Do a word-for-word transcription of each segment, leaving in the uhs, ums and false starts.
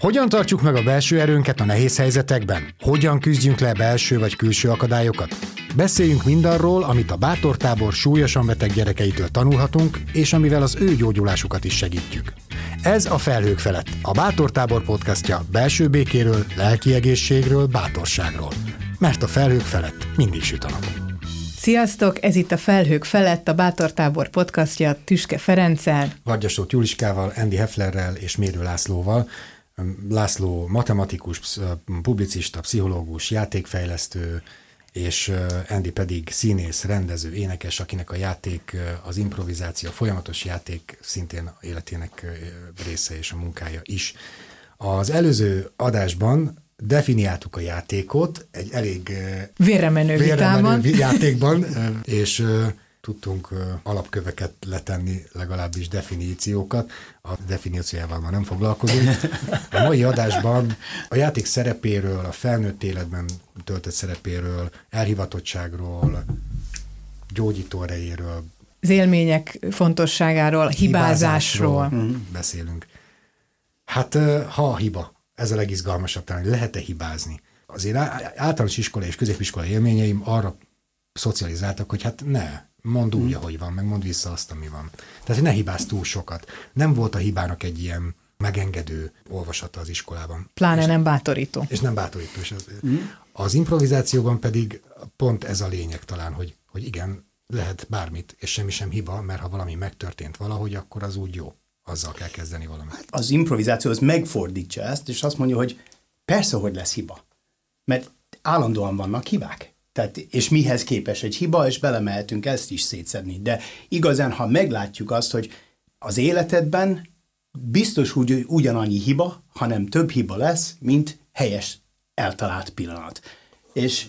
Hogyan tartjuk meg a belső erőnket a nehéz helyzetekben? Hogyan küzdjünk le belső vagy külső akadályokat? Beszéljünk mindarról, amit a Bátortábor súlyosan beteg gyerekeitől tanulhatunk, és amivel az ő gyógyulásukat is segítjük. Ez a Felhők felett, a Bátortábor podcastja belső békéről, lelki egészségről, bátorságról. Mert a felhők felett mindig süt a nap. Sziasztok! Ez itt a Felhők felett, a Bátortábor podcastja Tüske Ferenccel, Vargyastóth Juliskával, Andy Hefflerrel és Mérő Lászlóval. László matematikus, publicista, pszichológus, játékfejlesztő, és Andy pedig színész, rendező, énekes, akinek a játék, az improvizáció, a folyamatos játék szintén életének része és a munkája is. Az előző adásban definiáltuk a játékot egy elég vérremenő vitában játékban, és tudtunk alapköveket letenni, legalábbis definíciókat. A definíciójával már nem foglalkozunk. A mai adásban a játék szerepéről, a felnőtt életben töltött szerepéről, elhivatottságról, gyógyító erejéről, az élmények fontosságáról, hibázásról, hibázásról beszélünk. Hát ha a hiba, ez a legizgalmasabb talán, lehet-e hibázni? Az én általános iskola és középiskola élményeim arra szocializáltak, hogy hát ne, mondd úgy, ahogy van, meg mondd vissza azt, ami van. Tehát, hogy ne hibázz túl sokat. Nem volt a hibának egy ilyen megengedő olvasata az iskolában. Pláne és, nem bátorító. És nem bátorító. És az, mm. az improvizációban pedig pont ez a lényeg talán, hogy, hogy igen, lehet bármit, és semmi sem hiba, mert ha valami megtörtént valahogy, akkor az úgy jó. Azzal kell kezdeni valamit. Az improvizáció az megfordítja ezt, és azt mondja, hogy persze, hogy lesz hiba. Mert állandóan vannak hibák. Tehát, és mihez képes egy hiba, és belemehetünk ezt is szétszedni. De igazán, ha meglátjuk azt, hogy az életedben biztos úgy, ugyanannyi hiba, hanem több hiba lesz, mint helyes eltalált pillanat. És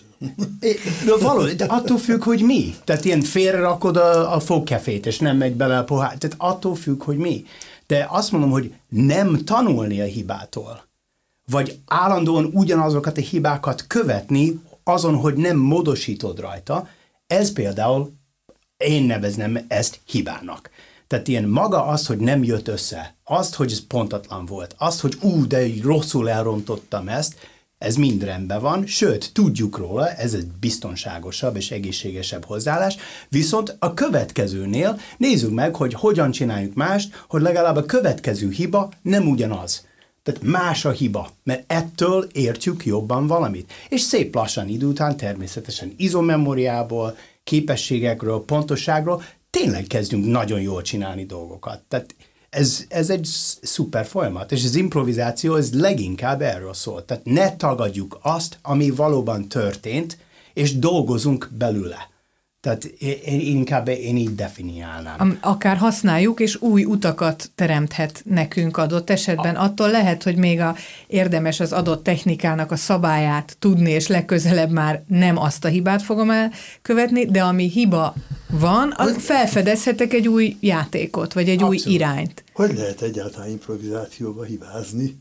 de való, de attól függ, hogy mi. Tehát ilyen félre rakod a, a fogkefét, és nem megy bele a pohár. Tehát attól függ, hogy mi. De azt mondom, hogy nem tanulni a hibától, vagy állandóan ugyanazokat a hibákat követni, azon, hogy nem módosítod rajta, ez például, én nevezném ezt hibának. Tehát ilyen maga az, hogy nem jött össze, azt, hogy ez pontatlan volt, azt, hogy ú, de rosszul elrontottam ezt, ez mind rendben van, sőt, tudjuk róla, ez egy biztonságosabb és egészségesebb hozzáállás, viszont a következőnél nézzük meg, hogy hogyan csináljuk mást, hogy legalább a következő hiba nem ugyanaz. Tehát más a hiba, mert ettől értjük jobban valamit. És szép lassan idő után természetesen izomemóriából, képességekről, pontosságról tényleg kezdünk nagyon jól csinálni dolgokat. Tehát ez, ez egy szuper folyamat, és az improvizáció ez leginkább erről szól. Tehát ne tagadjuk azt, ami valóban történt, és dolgozunk belőle. Tehát én inkább én így definiálnám. Akár használjuk, és új utakat teremthet nekünk adott esetben. Attól lehet, hogy még a érdemes az adott technikának a szabályát tudni, és legközelebb már nem azt a hibát fogom elkövetni, de ami hiba van, felfedezhetek egy új játékot, vagy egy Abszolút. új irányt. Hogy lehet egyáltalán improvizációba hibázni?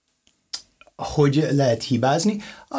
Hogy lehet hibázni?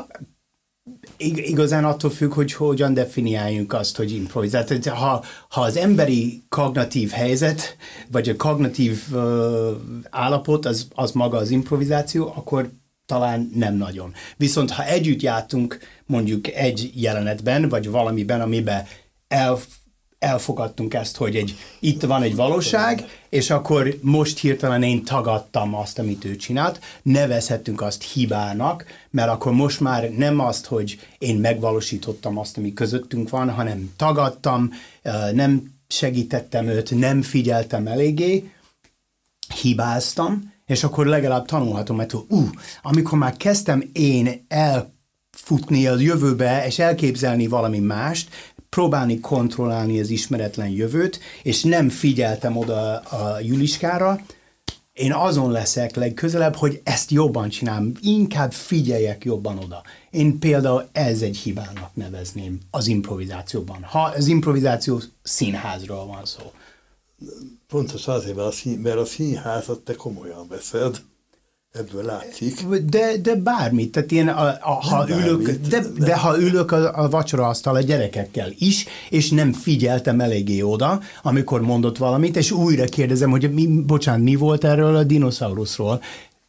Igazán attól függ, hogy hogyan definiáljunk azt, hogy improvizált. Ha, ha az emberi kognitív helyzet, vagy a kognitív uh, állapot, az, az maga az improvizáció, akkor talán nem nagyon. Viszont ha együtt jártunk mondjuk egy jelenetben, vagy valamiben, amiben el, elfogadtunk ezt, hogy egy, itt van egy valóság, és akkor most hirtelen én tagadtam azt, amit ő csinált, nevezhetünk azt hibának, mert akkor most már nem azt, hogy én megvalósítottam azt, ami közöttünk van, hanem tagadtam, nem segítettem őt, nem figyeltem eléggé, hibáztam, és akkor legalább tanulhatom, mert ú, amikor már kezdtem én elfutni a jövőbe, és elképzelni valami mást, próbálni kontrollálni az ismeretlen jövőt, és nem figyeltem oda a Juliskára, én azon leszek legközelebb, hogy ezt jobban csinálom, inkább figyeljek jobban oda. Én például ez egy hibának nevezném az improvizációban, ha az improvizáció színházról van szó. Pontos azért, mert a, szín, mert a színházat te komolyan veszed. Ebből látszik. De, de bármit, tehát én, a, a, ha ülök, bármit, de, de, de ha ülök a, a vacsoraasztal a gyerekekkel is, és nem figyeltem eléggé oda, amikor mondott valamit, és újra kérdezem, hogy mi, bocsánat, mi volt erről a dinoszauruszról,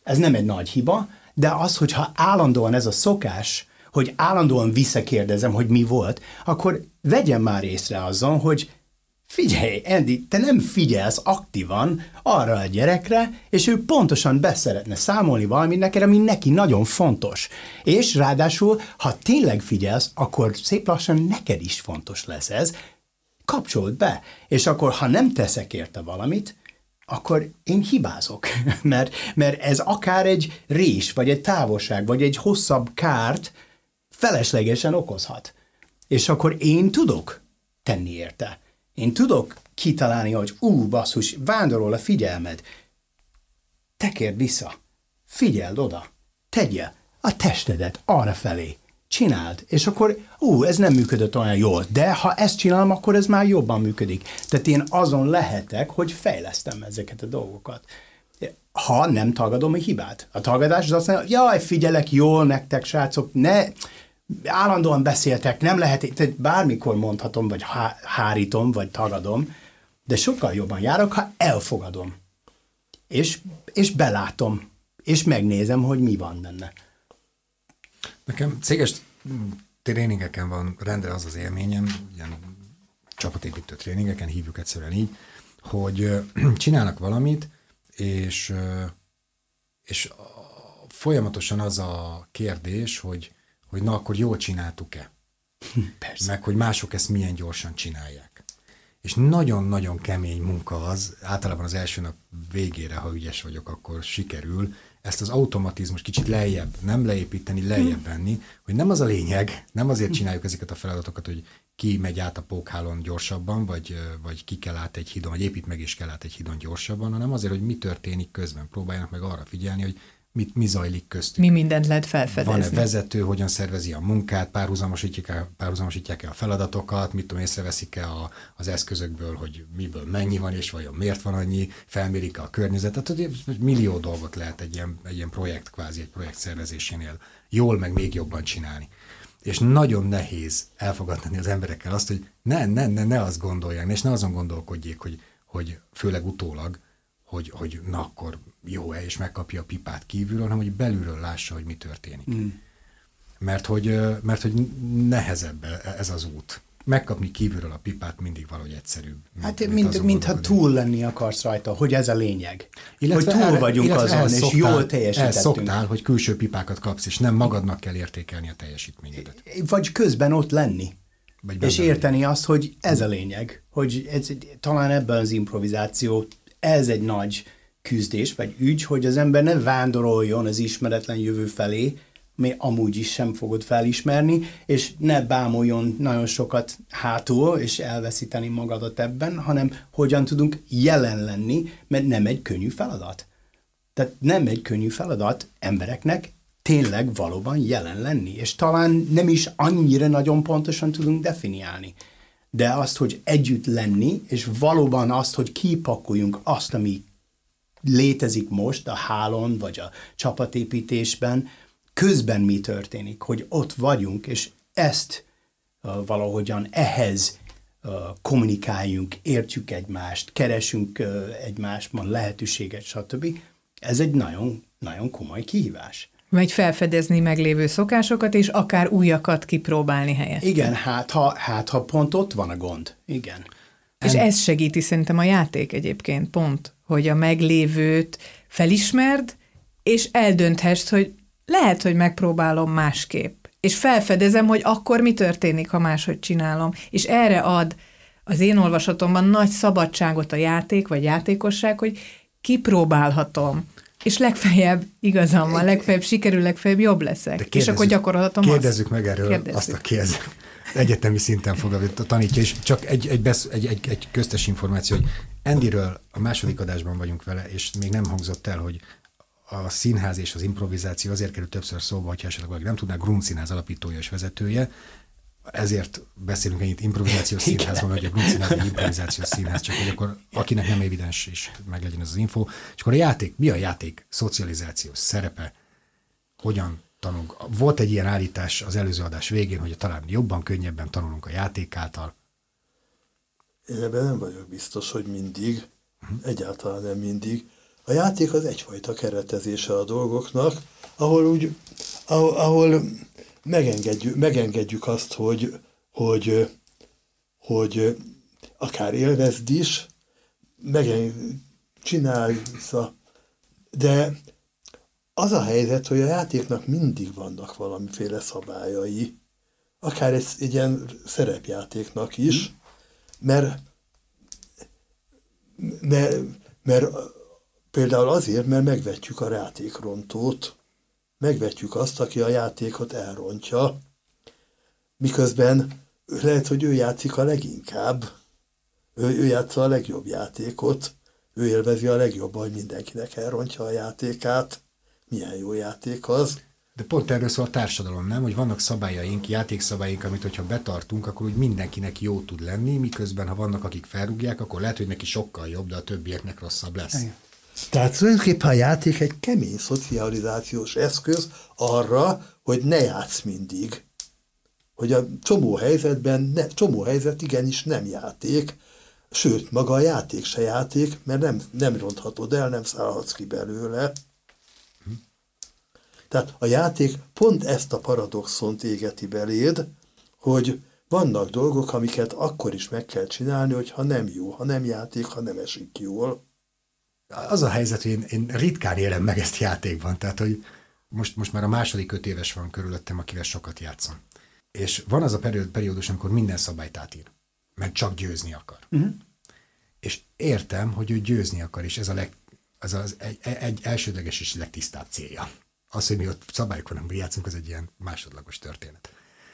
Ez nem egy nagy hiba, de az, hogyha állandóan ez a szokás, hogy állandóan visszakérdezem, hogy mi volt, akkor vegyem már észre azon, hogy figyelj, Andy, te nem figyelsz aktívan arra a gyerekre, és ő pontosan beszeretne számolni valamit neked, ami neki nagyon fontos. És ráadásul, ha tényleg figyelsz, akkor szép lassan neked is fontos lesz ez. Kapcsold be, és akkor, ha nem teszek érte valamit, akkor én hibázok, mert, mert ez akár egy rés, vagy egy távolság, vagy egy hosszabb kárt feleslegesen okozhat. És akkor én tudok tenni érte. Én tudok kitalálni, hogy ú, basszus, vándorol a figyelmed. Tekerd vissza, figyeld oda, tegyél a testedet arra felé, csináld, és akkor ú, ez nem működött olyan jól, de ha ezt csinálom, akkor ez már jobban működik. Tehát én azon lehetek, hogy fejlesztem ezeket a dolgokat. Ha nem tagadom a hibát. A tagadás az azt mondja, jaj, figyelek jól nektek, srácok, ne, állandóan beszéltek, nem lehet, tehát bármikor mondhatom, vagy há, hárítom, vagy tagadom, de sokkal jobban járok, ha elfogadom. És, és belátom, és megnézem, hogy mi van benne. Nekem céges tréningeken van rendre az az élményem, ilyen csapatépítő tréningeken hívjuk egyszerűen így, hogy csinálnak valamit, és, és folyamatosan az a kérdés, hogy, hogy na akkor jól csináltuk-e? Persze. Meg hogy mások ezt milyen gyorsan csinálják. És nagyon-nagyon kemény munka az, általában az első nap végére, ha ügyes vagyok, akkor sikerül ezt az automatizmus kicsit lejjebb, nem leépíteni, lejjebb venni, hogy nem az a lényeg, nem azért csináljuk ezeket a feladatokat, hogy ki megy át a pókhálón gyorsabban, vagy, vagy ki kell át egy hídon, vagy épít meg és kell át egy hídon gyorsabban, hanem azért, hogy mi történik közben. Próbáljanak meg arra figyelni, hogy mit, mi zajlik köztük. Mi mindent lehet felfedezni. Van-e vezető, hogyan szervezi a munkát, párhuzamosítják-e, párhuzamosítják-e a feladatokat, mit tudom, észreveszik-e a, az eszközökből, hogy miből mennyi van, és vajon miért van annyi, felmérik-e a környezetet. Tehát millió dolgot lehet egy ilyen, egy ilyen projekt, kvázi egy projekt szervezésénél jól, meg még jobban csinálni. És nagyon nehéz elfogadni az emberekkel azt, hogy ne, ne, ne, ne azt gondolják, és ne azon gondolkodjék, hogy, hogy főleg utólag, hogy, hogy na akkor jó-e, és megkapja a pipát kívülről, hanem hogy belülről lássa, hogy mi történik. Mm. Mert, hogy, mert hogy nehezebb ez az út. Megkapni kívülről a pipát mindig valahogy egyszerűbb. Hát mint, mint, mintha túl lenni akarsz rajta, hogy ez a lényeg. Illetve hogy túl erre, vagyunk azon, és szoktál, jól teljesítettünk. szoktál, hogy külső pipákat kapsz, és nem magadnak kell értékelni a teljesítményedet. Vagy közben ott lenni. Vagy és érteni lenni. Azt, hogy ez a lényeg. Hogy ez, talán ebben az improvizáció, ez egy nagy küzdés, vagy ügy, hogy az ember ne vándoroljon az ismeretlen jövő felé, még amúgy is sem fogod felismerni, és ne bámuljon nagyon sokat hátul, és elveszíteni magadat ebben, hanem hogyan tudunk jelen lenni, mert nem egy könnyű feladat. Tehát nem egy könnyű feladat embereknek tényleg valóban jelen lenni, és talán nem is annyira nagyon pontosan tudunk definiálni. De azt, hogy együtt lenni, és valóban azt, hogy kipakoljunk azt, ami létezik most a hálón, vagy a csapatépítésben, közben mi történik, hogy ott vagyunk, és ezt uh, valahogyan ehhez uh, kommunikáljunk, értjük egymást, keresünk uh, egymásban lehetőséget, stb. Ez egy nagyon, nagyon komoly kihívás. Vagy felfedezni meglévő szokásokat, és akár újakat kipróbálni helyett. Igen, hát ha, hát ha pont ott van a gond. Igen. És ez segíti szerintem a játék egyébként pont, hogy a meglévőt felismerd, és eldönthest, hogy lehet, hogy megpróbálom másképp. És felfedezem, hogy akkor mi történik, ha máshogy csinálom. És erre ad az én olvasatomban nagy szabadságot a játék, vagy játékosság, hogy kipróbálhatom. És legfeljebb igazam van, legfeljebb sikerül, legfeljebb jobb leszek. És akkor gyakorolhatom azt. Kérdezzük meg erről kérdezzük. Azt a kérdezzük. Egyetemi szinten fog a tanítja, és csak egy, egy, besz, egy, egy, egy köztes információ, hogy Andyről a második adásban vagyunk vele, és még nem hangzott el, hogy a színház és az improvizáció azért kerül többször szóba, hogyha esetleg valaki nem tudná, Grund Színház alapítója és vezetője, ezért beszélünk ennyit improvizációs színházban, hogy a Grund Színház egy improvizációs színház, csak hogy akkor akinek nem evidens is meglegyen ez az info. És akkor a játék, mi a játék szocializációs szerepe, hogyan tanulunk? Volt egy ilyen állítás az előző adás végén, hogy talán jobban, könnyebben tanulunk a játék által. Én ebben nem vagyok biztos, hogy mindig, uh-huh. egyáltalán nem mindig. A játék az egyfajta keretezése a dolgoknak, ahol úgy, ahol, ahol megengedjük, megengedjük azt, hogy, hogy, hogy akár élvezd is, megengedjük, csinálj, de az a helyzet, hogy a játéknak mindig vannak valamiféle szabályai, akár egy, egy ilyen szerepjátéknak is, mert, mert, mert például azért, mert megvetjük a játékrontót, megvetjük azt, aki a játékot elrontja, miközben lehet, hogy ő játszik a leginkább, ő, ő játsza a legjobb játékot, ő élvezi a legjobban, hogy mindenkinek elrontja a játékát, milyen jó játék az. De pont erről szól a társadalom, nem? Hogy vannak szabályaink, játékszabályaink, amit hogyha betartunk, akkor úgy mindenkinek jó tud lenni, miközben ha vannak, akik felrúgják, akkor lehet, hogy neki sokkal jobb, de a többieknek rosszabb lesz. Igen. Tehát tulajdonképpen a játék egy kemény szocializációs eszköz arra, hogy ne játsz mindig. Hogy a csomó helyzetben, ne, csomó helyzet igenis nem játék, sőt, maga a játék se játék, mert nem, nem ronthatod el, nem szállhatsz ki belőle. Hm. Tehát a játék pont ezt a paradoxont égeti beléd, hogy vannak dolgok, amiket akkor is meg kell csinálni, hogyha nem jó, ha nem játék, ha nem esik jól. Az a helyzet, hogy én, én ritkán élem meg ezt játékban, tehát hogy most, most már a második öt éves van körülöttem, akivel sokat játszom. És van az a periódus, amikor minden szabályt átír, mert csak győzni akar. Uh-huh. És értem, hogy ő győzni akar, és ez a leg, az, az egy, egy elsődleges és legtisztább célja. Az, hogy mi ott szabályok van, amikor játszunk, az egy ilyen másodlagos történet.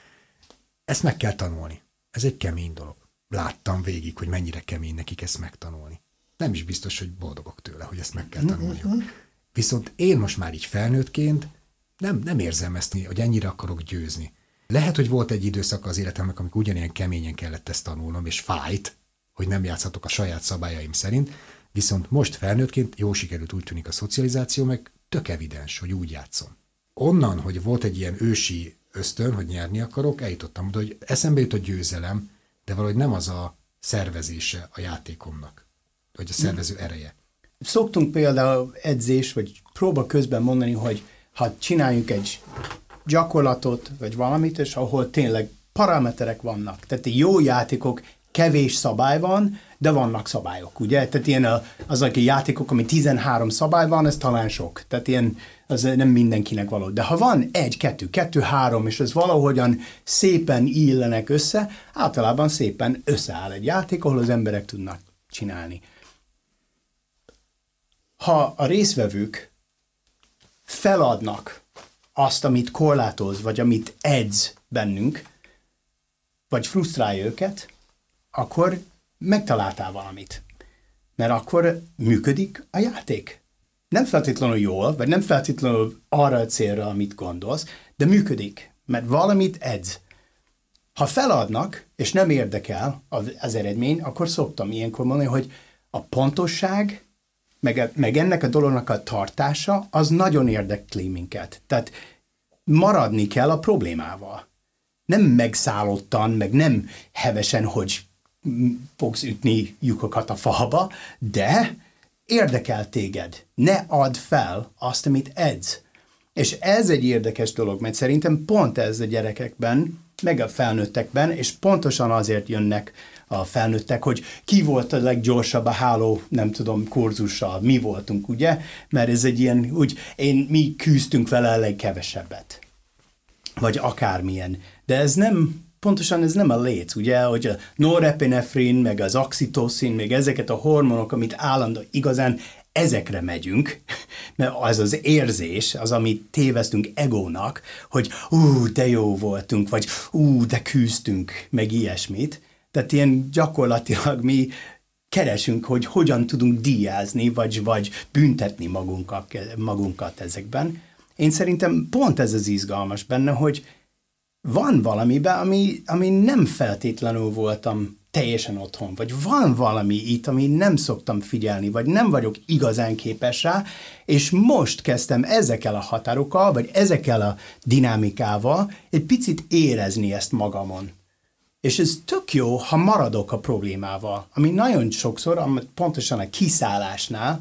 Ezt meg kell tanulni. Ez egy kemény dolog. Láttam végig, hogy mennyire kemény nekik ezt megtanulni. Nem is biztos, hogy boldogok tőle, hogy ezt meg kell tanulniuk. Uh-huh. Viszont én most már így felnőttként nem, nem érzem ezt, hogy ennyire akarok győzni. Lehet, hogy volt egy időszak az életemnek, amikor ugyanilyen keményen kellett ezt tanulnom, és fájt, hogy nem játszhatok a saját szabályaim szerint, viszont most felnőttként jó sikerült, úgy tűnik a szocializáció, meg tök evidens, hogy úgy játszom. Onnan, hogy volt egy ilyen ősi ösztön, hogy nyerni akarok, eljutottam oda, hogy eszembe jut a győzelem, de valahogy nem az a szervezése a játékomnak, vagy a szervező ereje. Szoktunk például edzés, vagy próba közben mondani, hogy ha csináljunk egy gyakorlatot, vagy valamit, és ahol tényleg paraméterek vannak. Tehát jó játékok, kevés szabály van, de vannak szabályok, ugye? Tehát ilyen a, azok a játékok, ami tizenhárom szabály van, ez talán sok. Tehát ilyen, az nem mindenkinek való. De ha van egy, kettő, kettő, három, és ez valahogyan szépen illenek össze, általában szépen összeáll egy játék, ahol az emberek tudnak csinálni. Ha a résztvevők feladnak azt, amit korlátoz, vagy amit edz bennünk, vagy frusztrálja őket, akkor megtaláltál valamit. Mert akkor működik a játék. Nem feltétlenül jól, vagy nem feltétlenül arra a célra, amit gondolsz, de működik, mert valamit edz. Ha feladnak, és nem érdekel az, az eredmény, akkor szoktam ilyenkor mondani, hogy a pontosság, meg, meg ennek a dolognak a tartása, az nagyon érdekli minket. Tehát maradni kell a problémával. Nem megszállottan, meg nem hevesen, hogy fogsz ütni lyukokat a falba, de érdekel téged. Ne add fel azt, amit edz. És ez egy érdekes dolog, mert szerintem pont ez a gyerekekben, meg a felnőttekben, és pontosan azért jönnek a felnőttek, hogy ki volt a leggyorsabb a háló, nem tudom, kurzussal, mi voltunk, ugye? Mert ez egy ilyen, úgy, én, mi küzdtünk vele a legkevesebbet. Vagy akármilyen. De ez nem, pontosan ez nem a léc, ugye? Hogy a norepinefrin, meg az oxitocin, meg ezeket a hormonok, amit állandó igazán ezekre megyünk, mert az az érzés, az, amit téveztünk egónak, hogy ú, de jó voltunk, vagy ú, de küzdtünk, meg ilyesmit. Tehát ilyen gyakorlatilag mi keresünk, hogy hogyan tudunk díjázni, vagy, vagy büntetni magunkat, magunkat ezekben. Én szerintem pont ez az izgalmas benne, hogy van valamiben, ami, ami nem feltétlenül voltam teljesen otthon, vagy van valami itt, ami nem szoktam figyelni, vagy nem vagyok igazán képes rá, és most kezdtem ezekkel a határokkal, vagy ezekkel a dinamikával egy picit érezni ezt magamon. És ez tök jó, ha maradok a problémával, ami nagyon sokszor, pontosan a kiszállásnál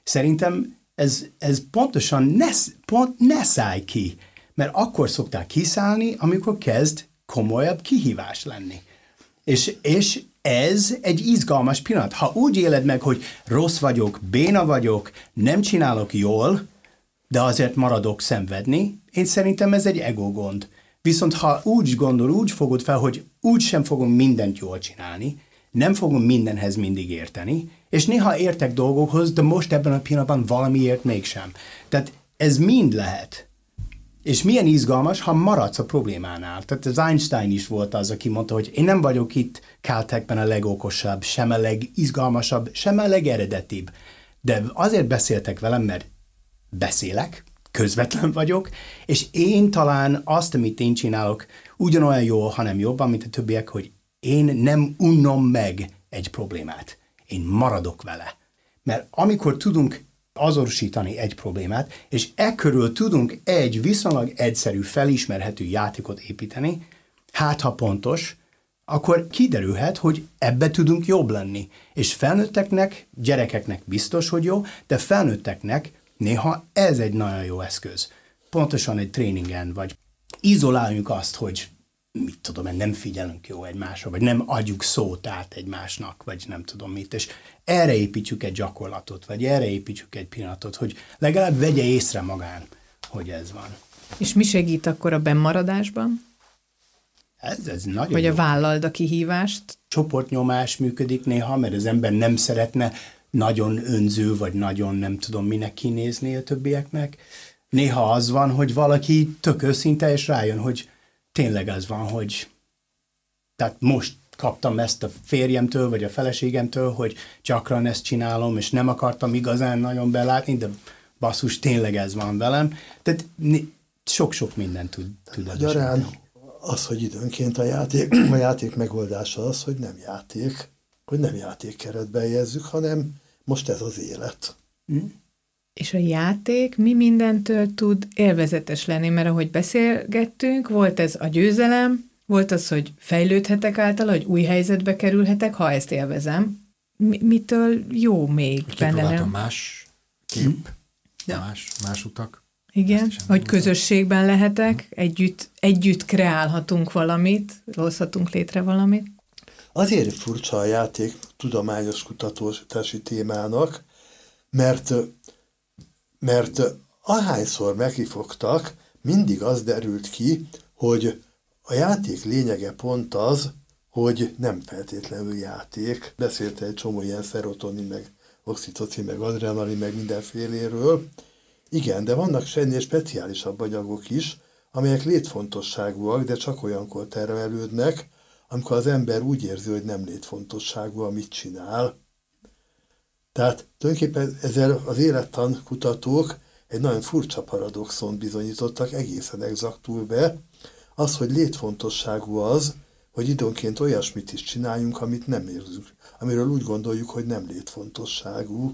Szerintem ez, ez pontosan ne, pont ne szállj ki, mert akkor szokták kiszállni, amikor kezd komolyabb kihívás lenni. És, és ez egy izgalmas pillanat. Ha úgy éled meg, hogy rossz vagyok, béna vagyok, nem csinálok jól, de azért maradok szenvedni, én szerintem ez egy ego gond. Viszont ha úgy gondol, úgy fogod fel, hogy úgy sem fogom mindent jól csinálni, nem fogom mindenhez mindig érteni, és néha értek dolgokhoz, de most ebben a pillanatban valamiért mégsem. Tehát ez mind lehet. És milyen izgalmas, ha maradsz a problémánál. Tehát az Einstein is volt az, aki mondta, hogy én nem vagyok itt Caltechben a legokosabb, sem a legizgalmasabb, sem a legeredetibb. De azért beszéltek velem, mert beszélek, közvetlen vagyok, és én talán azt, amit én csinálok, ugyanolyan jól, hanem jobban, mint a többiek, hogy én nem unnom meg egy problémát. Én maradok vele. Mert amikor tudunk azonosítani egy problémát, és e körül tudunk egy viszonylag egyszerű, felismerhető játékot építeni, hát ha pontos, akkor kiderülhet, hogy ebbe tudunk jobb lenni. És felnőtteknek, gyerekeknek biztos, hogy jó, de felnőtteknek néha ez egy nagyon jó eszköz. Pontosan egy tréningen, vagy izoláljunk azt, hogy mit tudom én, nem figyelünk jó egymásra, vagy nem adjuk szót át egymásnak, vagy nem tudom mit, és erre építjük egy gyakorlatot, vagy erre építjük egy pillanatot, hogy legalább vegye észre magán, hogy ez van. És mi segít akkor a bennmaradásban? Ez, ez nagyon Vagy jó. a vállald a kihívást? Csoportnyomás működik néha, mert az ember nem szeretne nagyon önző, vagy nagyon nem tudom minek kinézni a többieknek. Néha az van, hogy valaki tök őszinte, és rájön, hogy tényleg az van, hogy tehát most kaptam ezt a férjemtől, vagy a feleségemtől, hogy gyakran ezt csinálom, és nem akartam igazán nagyon belátni, de basszus, tényleg ez van velem. Tehát sok-sok mindent tud, tud Magyarán az, hogy időnként a játék, a játék megoldása az, hogy nem játék, hogy nem játék keretben helyezzük, hanem most ez az élet. Mm. És a játék mi mindentől tud élvezetes lenni, mert ahogy beszélgettünk, volt ez a győzelem, volt az, hogy fejlődhetek általa, hogy új helyzetbe kerülhetek, ha ezt élvezem. Mi, mitől jó még benne? Kipróbáltam más kép, Mm. Ja. más, más utak. Igen, hogy közösségben lehetek, együtt, együtt kreálhatunk valamit, hozhatunk létre valamit. Azért furcsa a játék tudományos kutatási témának, mert, mert ahányszor megkifogtak, mindig az derült ki, hogy a játék lényege pont az, hogy nem feltétlenül játék. Beszélte egy csomó ilyen szerotonin, meg oxitocin, meg adrenalin, meg mindenféléről. Igen, de vannak ennél speciálisabb anyagok is, amelyek létfontosságúak, de csak olyankor termelődnek, amikor az ember úgy érzi, hogy nem létfontosságú, amit csinál. Tehát tulajdonképpen ezzel az élettan kutatók egy nagyon furcsa paradoxon bizonyítottak egészen exaktul be, az, hogy létfontosságú az, hogy időnként olyasmit is csináljunk, amit nem érzünk, amiről úgy gondoljuk, hogy nem létfontosságú.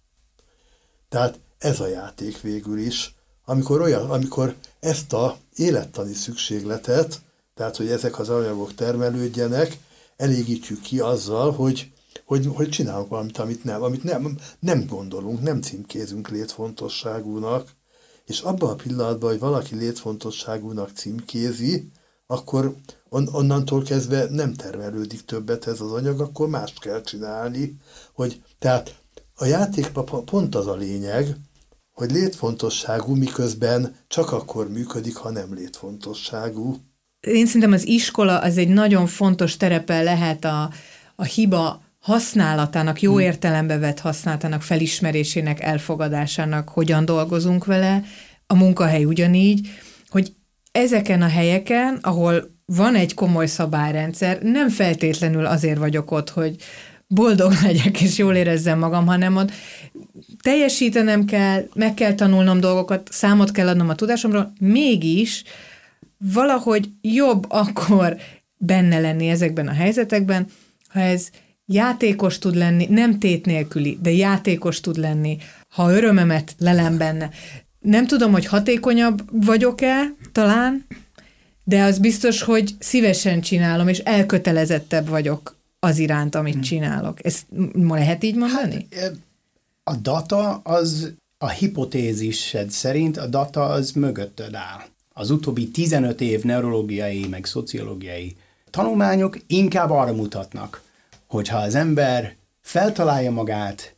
Tehát ez a játék végül is, amikor, olyan, amikor ezt a élettani szükségletet, tehát hogy ezek az anyagok termelődjenek, elégítjük ki azzal, hogy, hogy, hogy csinálunk valamit, amit, nem, amit nem, nem gondolunk, nem címkézünk létfontosságúnak, és abban a pillanatban, hogy valaki létfontosságúnak címkézi, akkor on, onnantól kezdve nem termelődik többet ez az anyag, akkor mást kell csinálni. Hogy, tehát a játékban pont az a lényeg, hogy létfontosságú, miközben csak akkor működik, ha nem létfontosságú. Én szerintem az iskola az egy nagyon fontos terepe lehet a, a hiba használatának, jó értelembe vett használatának, felismerésének, elfogadásának, hogyan dolgozunk vele, a munkahely ugyanígy, hogy ezeken a helyeken, ahol van egy komoly szabályrendszer, nem feltétlenül azért vagyok ott, hogy boldog legyek és jól érezzem magam, hanem ott teljesítenem kell, meg kell tanulnom dolgokat, számot kell adnom a tudásomról, mégis valahogy jobb akkor benne lenni ezekben a helyzetekben, ha ez játékos tud lenni, nem tét nélküli, de játékos tud lenni, ha örömemet lelem benne. Nem tudom, hogy hatékonyabb vagyok-e, talán, de az biztos, hogy szívesen csinálom, és elkötelezettebb vagyok az iránt, amit csinálok. Ezt lehet így mondani? Hát, A data az, a hipotézised szerint a data az mögötted áll. Az utóbbi tizenöt év neurológiai, meg szociológiai tanulmányok inkább arra mutatnak, hogyha az ember feltalálja magát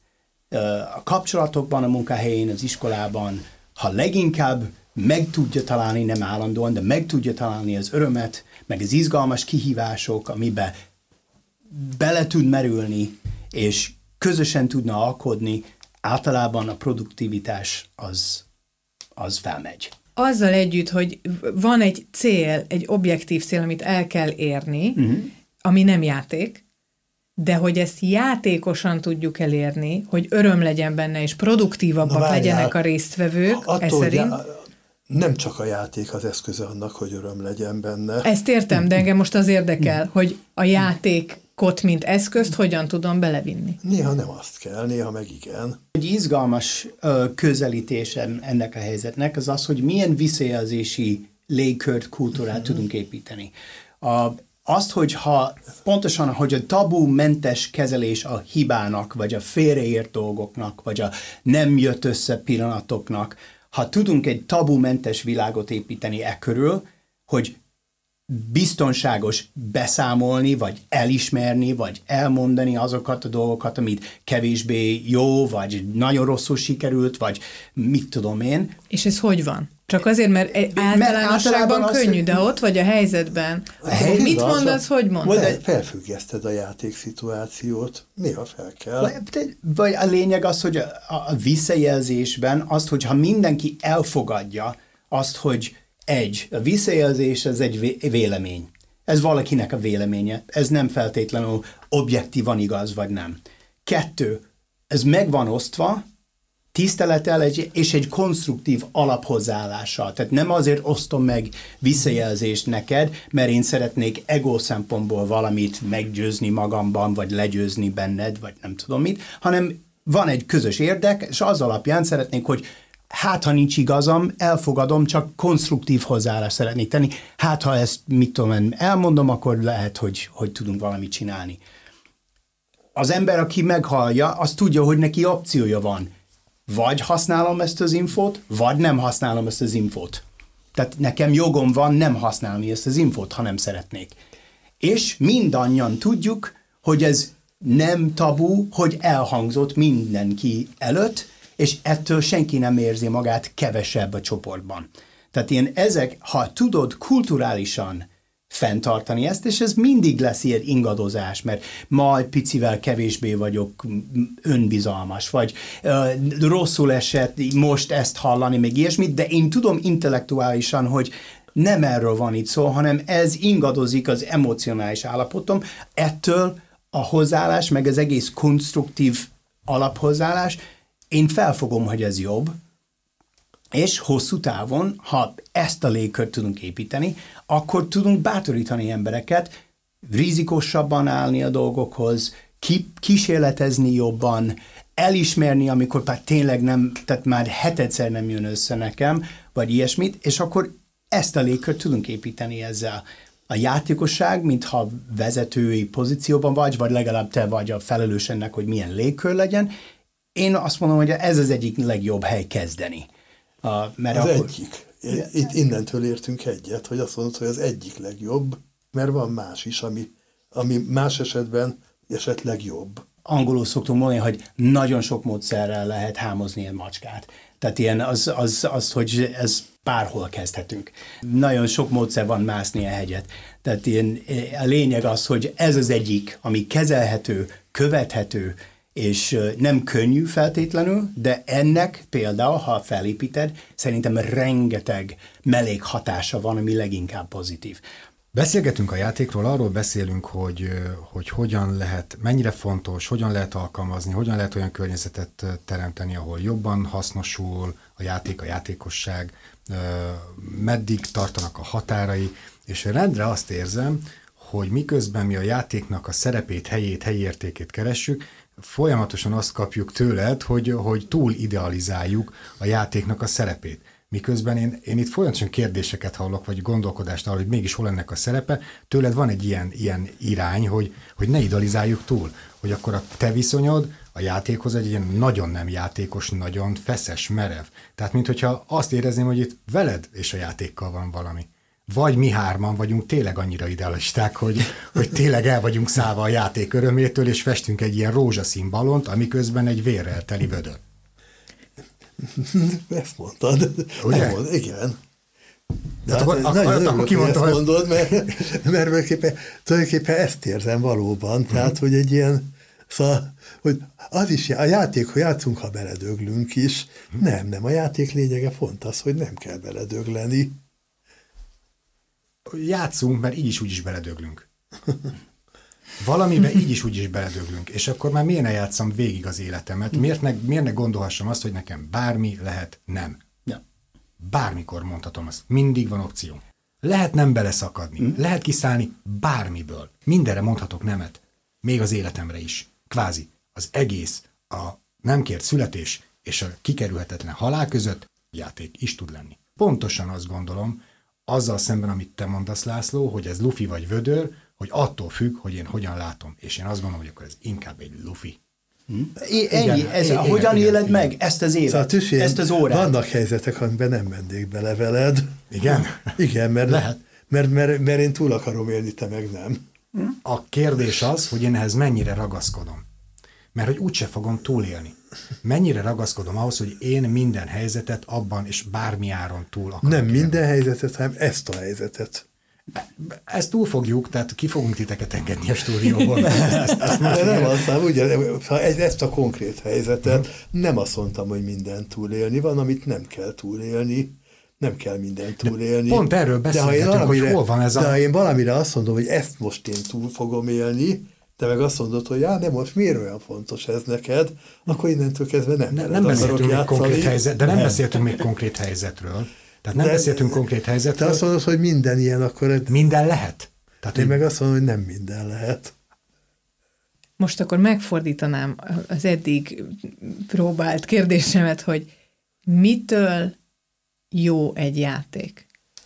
a kapcsolatokban, a munkahelyén, az iskolában, ha leginkább meg tudja találni, nem állandóan, de meg tudja találni az örömet, meg az izgalmas kihívások, amiben bele tud merülni, és közösen tudna alkotni, általában a produktivitás az, az felmegy. Azzal együtt, hogy van egy cél, egy objektív cél, amit el kell érni, uh-huh. ami nem játék, de hogy ezt játékosan tudjuk elérni, hogy öröm legyen benne, és produktívabbak Na, legyenek a résztvevők, attól, ez szerint... Já... Nem csak a játék az eszköze annak, hogy öröm legyen benne. Ezt értem, de engem most az érdekel, hogy a játékot, mint eszközt, hogyan tudom belevinni. Néha nem azt kell, néha meg igen. Egy izgalmas uh, közelítés ennek a helyzetnek az az, hogy milyen visszajelzési légkört, kultúrát mm-hmm. tudunk építeni. A, azt, hogyha pontosan, hogy a tabumentes kezelés a hibának, vagy a félreért dolgoknak, vagy a nem jött össze pillanatoknak, ha tudunk egy tabumentes világot építeni e körül, hogy biztonságos beszámolni, vagy elismerni, vagy elmondani azokat a dolgokat, amit kevésbé jó, vagy nagyon rosszul sikerült, vagy mit tudom én. És ez hogy van? Csak azért, mert általánosságban mert könnyű, az, de ott vagy a helyzetben. A helyzet mit mondasz, hogy mondasz? Felfüggeszted a játékszituációt, néha fel kell. Vagy a lényeg az, hogy a, a visszajelzésben azt, hogyha mindenki elfogadja azt, hogy egy, a visszajelzés ez egy vélemény. Ez valakinek a véleménye. Ez nem feltétlenül objektívan igaz, vagy nem. Kettő, ez meg van osztva, tisztelettel és egy konstruktív alaphozzáállással. Tehát nem azért osztom meg visszajelzést neked, mert én szeretnék ego szempontból valamit meggyőzni magamban, vagy legyőzni benned, vagy nem tudom mit, hanem van egy közös érdek, és az alapján szeretnék, hogy hát, ha nincs igazam, elfogadom, csak konstruktív hozzáállást szeretnék tenni. Hát, ha ezt, mit tudom én, elmondom, akkor lehet, hogy, hogy tudunk valamit csinálni. Az ember, aki meghallja, az tudja, hogy neki opciója van. Vagy használom ezt az infót, vagy nem használom ezt az infót. Tehát nekem jogom van nem használni ezt az infót, ha nem szeretnék. És mindannyian tudjuk, hogy ez nem tabu, hogy elhangzott mindenki előtt, és ettől senki nem érzi magát kevesebb a csoportban. Tehát ilyen ezek, ha tudod kulturálisan fenntartani ezt, és ez mindig lesz ilyen ingadozás, mert ma egy picivel kevésbé vagyok önbizalmas, vagy uh, rosszul esett most ezt hallani, még ilyesmit, de én tudom intellektuálisan, hogy nem erről van itt szó, hanem ez ingadozik az emocionális állapotom, ettől a hozzáállás, meg az egész konstruktív alaphozzáállás, én felfogom, hogy ez jobb, és hosszú távon, ha ezt a légkört tudunk építeni, akkor tudunk bátorítani embereket, rizikosabban állni a dolgokhoz, ki, kísérletezni jobban, elismerni, amikor már tényleg nem, tehát már hetedszer nem jön össze nekem, vagy ilyesmit, és akkor ezt a légkört tudunk építeni ezzel. A játékosság, mintha vezetői pozícióban vagy, vagy legalább te vagy a felelős ennek, hogy milyen légkör legyen, én azt mondom, hogy ez az egyik legjobb hely kezdeni. Uh, mert az akkor... egyik. Itt innentől értünk egyet, hogy azt mondod, hogy az egyik legjobb, mert van más is, ami, ami más esetben esetleg jobb. Angolul szoktunk mondani, hogy nagyon sok módszerrel lehet hámozni egy macskát. Tehát ilyen az, az, az, hogy ez bárhol kezdhetünk. Nagyon sok módszer van mászni a hegyet. Tehát ilyen, a lényeg az, hogy ez az egyik, ami kezelhető, követhető, és nem könnyű feltétlenül, de ennek például, ha felépíted, szerintem rengeteg mellékhatása van, ami leginkább pozitív. Beszélgetünk a játékról, arról beszélünk, hogy, hogy hogyan lehet, mennyire fontos, hogyan lehet alkalmazni, hogyan lehet olyan környezetet teremteni, ahol jobban hasznosul a játék, a játékosság, meddig tartanak a határai, és rendre azt érzem, hogy miközben mi a játéknak a szerepét, helyét, helyi értékét keressük, folyamatosan azt kapjuk tőled, hogy, hogy túl idealizáljuk a játéknak a szerepét. miközben én, én itt folyamatosan kérdéseket hallok, vagy gondolkodást arról, hogy mégis hol ennek a szerepe. Tőled van egy ilyen, ilyen irány, hogy, hogy ne idealizáljuk túl, hogy akkor a te viszonyod a játékhoz egy ilyen nagyon nem játékos, nagyon feszes, merev. Tehát, minthogyha azt érezném, hogy itt veled és a játékkal van valami. Vagy mi hárman vagyunk tényleg annyira idealisták, hogy, hogy tényleg el vagyunk szállva a játék örömétől, és festünk egy ilyen rózsaszín balont, amiközben egy vérrel teli vödör. Ezt mondtad. Ugye? Mond, igen. De hát akkor, akkor, akkor kimondta, hogy... hogy... mondod, mert, mert tulajdonképpen, tulajdonképpen ezt érzem valóban, uh-huh. Tehát, hogy egy ilyen, szóval, hogy az is, a játék, hogy játszunk, ha beledöglünk is, uh-huh. nem, nem, a játék lényege pont az, hogy nem kell beledögleni. Játszunk, mert így is úgy is beledöglünk. Valamiben így is úgy is beledöglünk, és akkor már miért ne játszom végig az életemet? Miért ne, miért ne gondolhassam azt, hogy nekem bármi lehet nem? Ja. Bármikor mondhatom azt. Mindig van opció. Lehet nem beleszakadni. Mm. Lehet kiszállni bármiből. Mindenre mondhatok nemet. Még az életemre is. Kvázi. Az egész, a nem kért születés és a kikerülhetetlen halál között játék is tud lenni. Pontosan azt gondolom, azzal szemben, amit te mondasz, László, hogy ez lufi vagy vödör, hogy attól függ, hogy én hogyan látom. És én azt gondolom, hogy akkor ez inkább egy lufi. Hmm. É, ennyi, igen, ez, igen, hogyan igen, éled igen. meg ezt az évet, szóval tüsén, ezt az órát? Vannak helyzetek, amiben nem mennék bele veled. Igen? Igen, mert, Lehet. Mert, mert, mert én túl akarom élni, te meg nem. A kérdés az, hogy én ehhez mennyire ragaszkodom. Mert hogy úgyse fogom túlélni. Mennyire ragaszkodom ahhoz, hogy én minden helyzetet abban és bármi áron túl akarok Nem élni. minden helyzetet, hanem ezt a helyzetet. Ezt túl fogjuk, tehát ki fogunk titeket engedni a stúdióból. ezt, ezt De nem aztán, ugye, ezt a konkrét helyzetet hmm. nem azt mondtam, hogy mindent túlélni, van, amit nem kell túlélni, nem kell mindent túlélni. De pont erről beszélgetünk, hogy hol van ez a... De ha én valamire azt mondom, hogy ezt most én túl fogom élni, te meg azt mondod, hogy já, nem, most miért olyan fontos ez neked, akkor innentől kezdve nem. Ne, nem beszéltünk még konkrét helyzet, de nem, nem beszéltünk még konkrét helyzetről. Tehát nem de, beszéltünk konkrét helyzetről. Te azt mondod, hogy minden ilyen, akkor... Minden lehet. Tehát, én hogy... meg azt mondom, hogy nem minden lehet. Most akkor megfordítanám az eddig próbált kérdésemet, hogy mitől jó egy játék?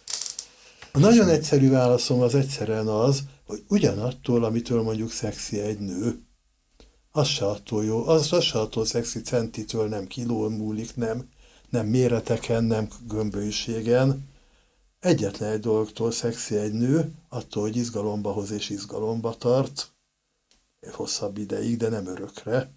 A nagyon egyszerű válaszom az egyszerűen az, hogy ugyanattól, amitől mondjuk szexi egy nő, az se attól jó, az, az se attól szexi centitől, nem kilón múlik, nem, nem méreteken, nem gömbölységen. Egyetlen egy dologtól szexi egy nő, attól, hogy izgalomba hoz és izgalomba tart, hosszabb ideig, de nem örökre.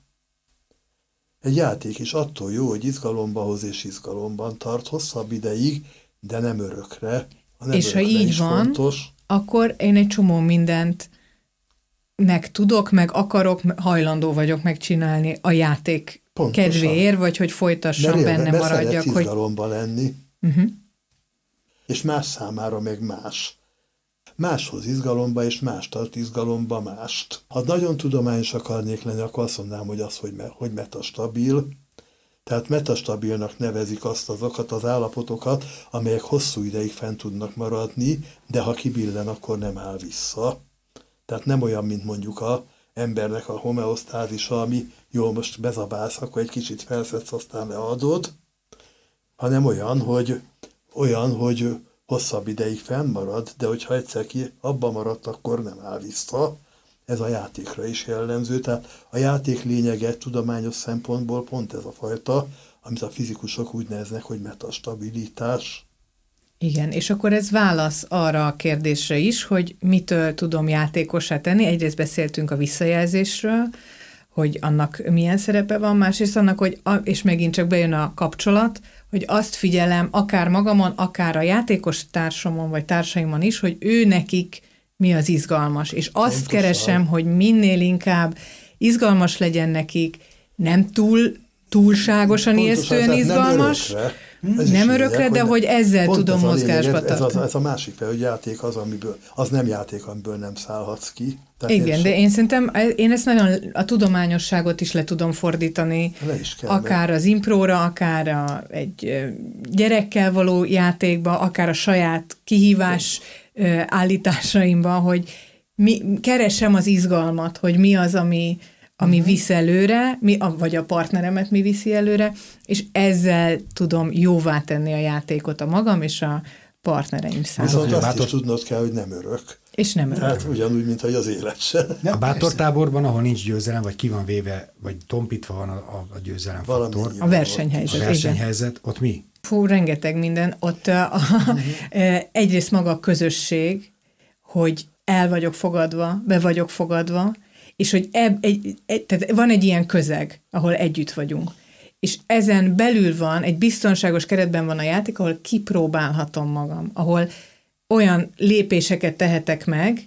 Egy játék is attól jó, hogy izgalomba hoz és izgalomban tart, hosszabb ideig, de nem örökre. Nem és ha így van, fontos. Akkor én egy csomó mindent meg tudok, meg akarok, hajlandó vagyok megcsinálni a játék Pontosan. kedvéért, vagy hogy folytassam, benne maradjak. Hogy izgalomba lenni. Uh-huh. És más számára meg más. Máshoz izgalomba, és más tart izgalomba mást. Ha nagyon tudományos akarnék lenni, akkor azt mondanám, hogy az, hogy, me, hogy metastabil. Tehát metastabilnak nevezik azt azokat az állapotokat, amelyek hosszú ideig fent tudnak maradni, de ha kibillen, akkor nem áll vissza. Tehát nem olyan, mint mondjuk a embernek a homeosztázisa, ami jó, most bezabálsz, akkor egy kicsit felszedsz, aztán leadod, hanem olyan, hogy, olyan, hogy hosszabb ideig fennmarad, de hogyha egyszer ki abba maradt, akkor nem áll vissza. Ez a játékra is jellemző, tehát a játék lényege tudományos szempontból pont ez a fajta, amit a fizikusok úgy neveznek, hogy metastabilitás. Igen, és akkor ez válasz arra a kérdésre is, hogy mitől tudom játékossá tenni. Egyrészt beszéltünk a visszajelzésről, hogy annak milyen szerepe van, másrészt annak, hogy, a, és megint csak bejön a kapcsolat, hogy azt figyelem akár magamon, akár a játékos társamon, vagy társaimon is, hogy ő nekik mi az izgalmas. És azt Pontosan. keresem, hogy minél inkább izgalmas legyen nekik, nem túl túlságosan ijesztően izgalmas, nem örökre, nem örökre lényeg, de hogy ezzel tudom mozgásba tartani. Ez, ez, ez a másik fel, hogy játék az, amiből, az nem játék, amiből nem szállhatsz ki. Tehát igen, én de én szerintem, én ezt nagyon, a tudományosságot is le tudom fordítani, le is kell, akár meg. Az impróra, akár a, egy gyerekkel való játékba, akár a saját kihívás állításaimban, hogy mi, keresem az izgalmat, hogy mi az, ami, ami uh-huh. visz előre, mi, vagy a partneremet mi viszi előre, és ezzel tudom jóvá tenni a játékot a magam és a partnereim számára. Viszont azt is tudnod kell, hogy nem örök. És nem örök. Hát ugyanúgy, mint hogy az élet se. A bátortáborban, ahol nincs győzelem, vagy ki van véve, vagy tompítva van a, a, a győzelem faktor. A versenyhelyzet. A versenyhelyzet, igen. Ott mi? Fú, rengeteg minden. Ott a, a, egyrészt maga a közösség, hogy el vagyok fogadva, be vagyok fogadva, és hogy eb, egy, egy, tehát van egy ilyen közeg, ahol együtt vagyunk. És ezen belül van, egy biztonságos keretben van a játék, ahol kipróbálhatom magam, ahol olyan lépéseket tehetek meg,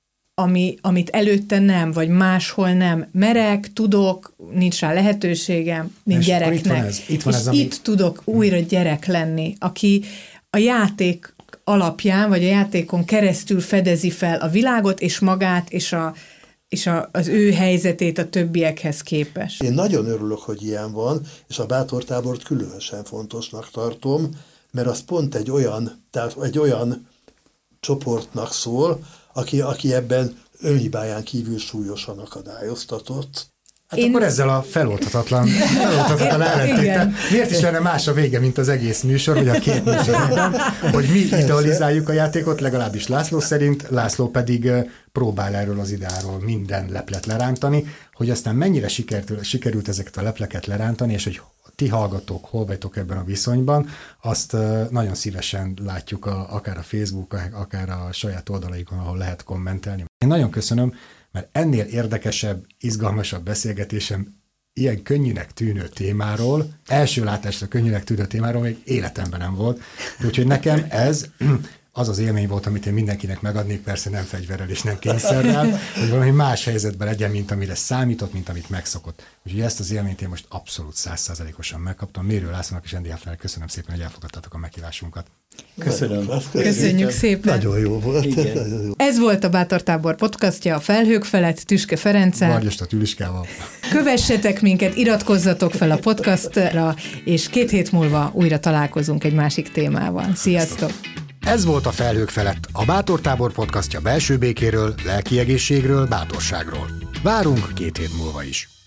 ami, amit előtte nem, vagy máshol nem merek, tudok, nincs rá lehetőségem, mint és gyereknek. Itt van ez, itt van és ez, ami... itt tudok újra gyerek lenni, aki a játék alapján, vagy a játékon keresztül fedezi fel a világot, és magát, és, a, és a, az ő helyzetét a többiekhez képest. Én nagyon örülök, hogy ilyen van, és a bátortábort különösen fontosnak tartom, mert az pont egy olyan, tehát egy olyan csoportnak szól, aki, aki ebben önhibáján kívül súlyosan akadályoztatott. Hát Én... akkor ezzel a feloldhatatlan, feloldhatatlan ellentéttel. Miért is lenne más a vége, mint az egész műsor, vagy a két műsorban, hogy mi idealizáljuk a játékot, legalábbis László szerint, László pedig próbál erről az ideáról minden leplet lerántani, hogy aztán mennyire sikerült, sikerült ezeket a lepleket lerántani, és hogy ti hallgatók, hol vagytok ebben a viszonyban, azt nagyon szívesen látjuk a, akár a Facebook, akár a saját oldalaikon, ahol lehet kommentelni. Én nagyon köszönöm, mert ennél érdekesebb, izgalmasabb beszélgetésem ilyen könnyűnek tűnő témáról, első látásra könnyűnek tűnő témáról még életemben nem volt. Úgyhogy nekem ez az az élmény volt, amit én mindenkinek megadnék, persze nem fegyverrel és nem kényszerrel, hogy valami más helyzetben legyen, mint amire számított, mint amit megszokott. Úgyhogy ezt az élményt én most abszolút száz százalékosan megkaptam. Mérő Lászlónak és Andy Hefflernek köszönöm szépen, hogy elfogadtatok a meghívásunkat. Köszönöm. Köszönjük szépen. Nagyon jó volt. Nagyon jó. Ez volt a Bátortábor podcastja a Felhők felett Tüske Ferenccel. Vargyostat Üliskával. Kövessetek minket, iratkozzatok fel a podcastra, és két hét múlva újra találkozunk egy másik témával. Sziasztok! Ez volt a Felhők felett, a Bátortábor podcastja belső békéről, lelki egészségről, bátorságról. Várunk két hét múlva is.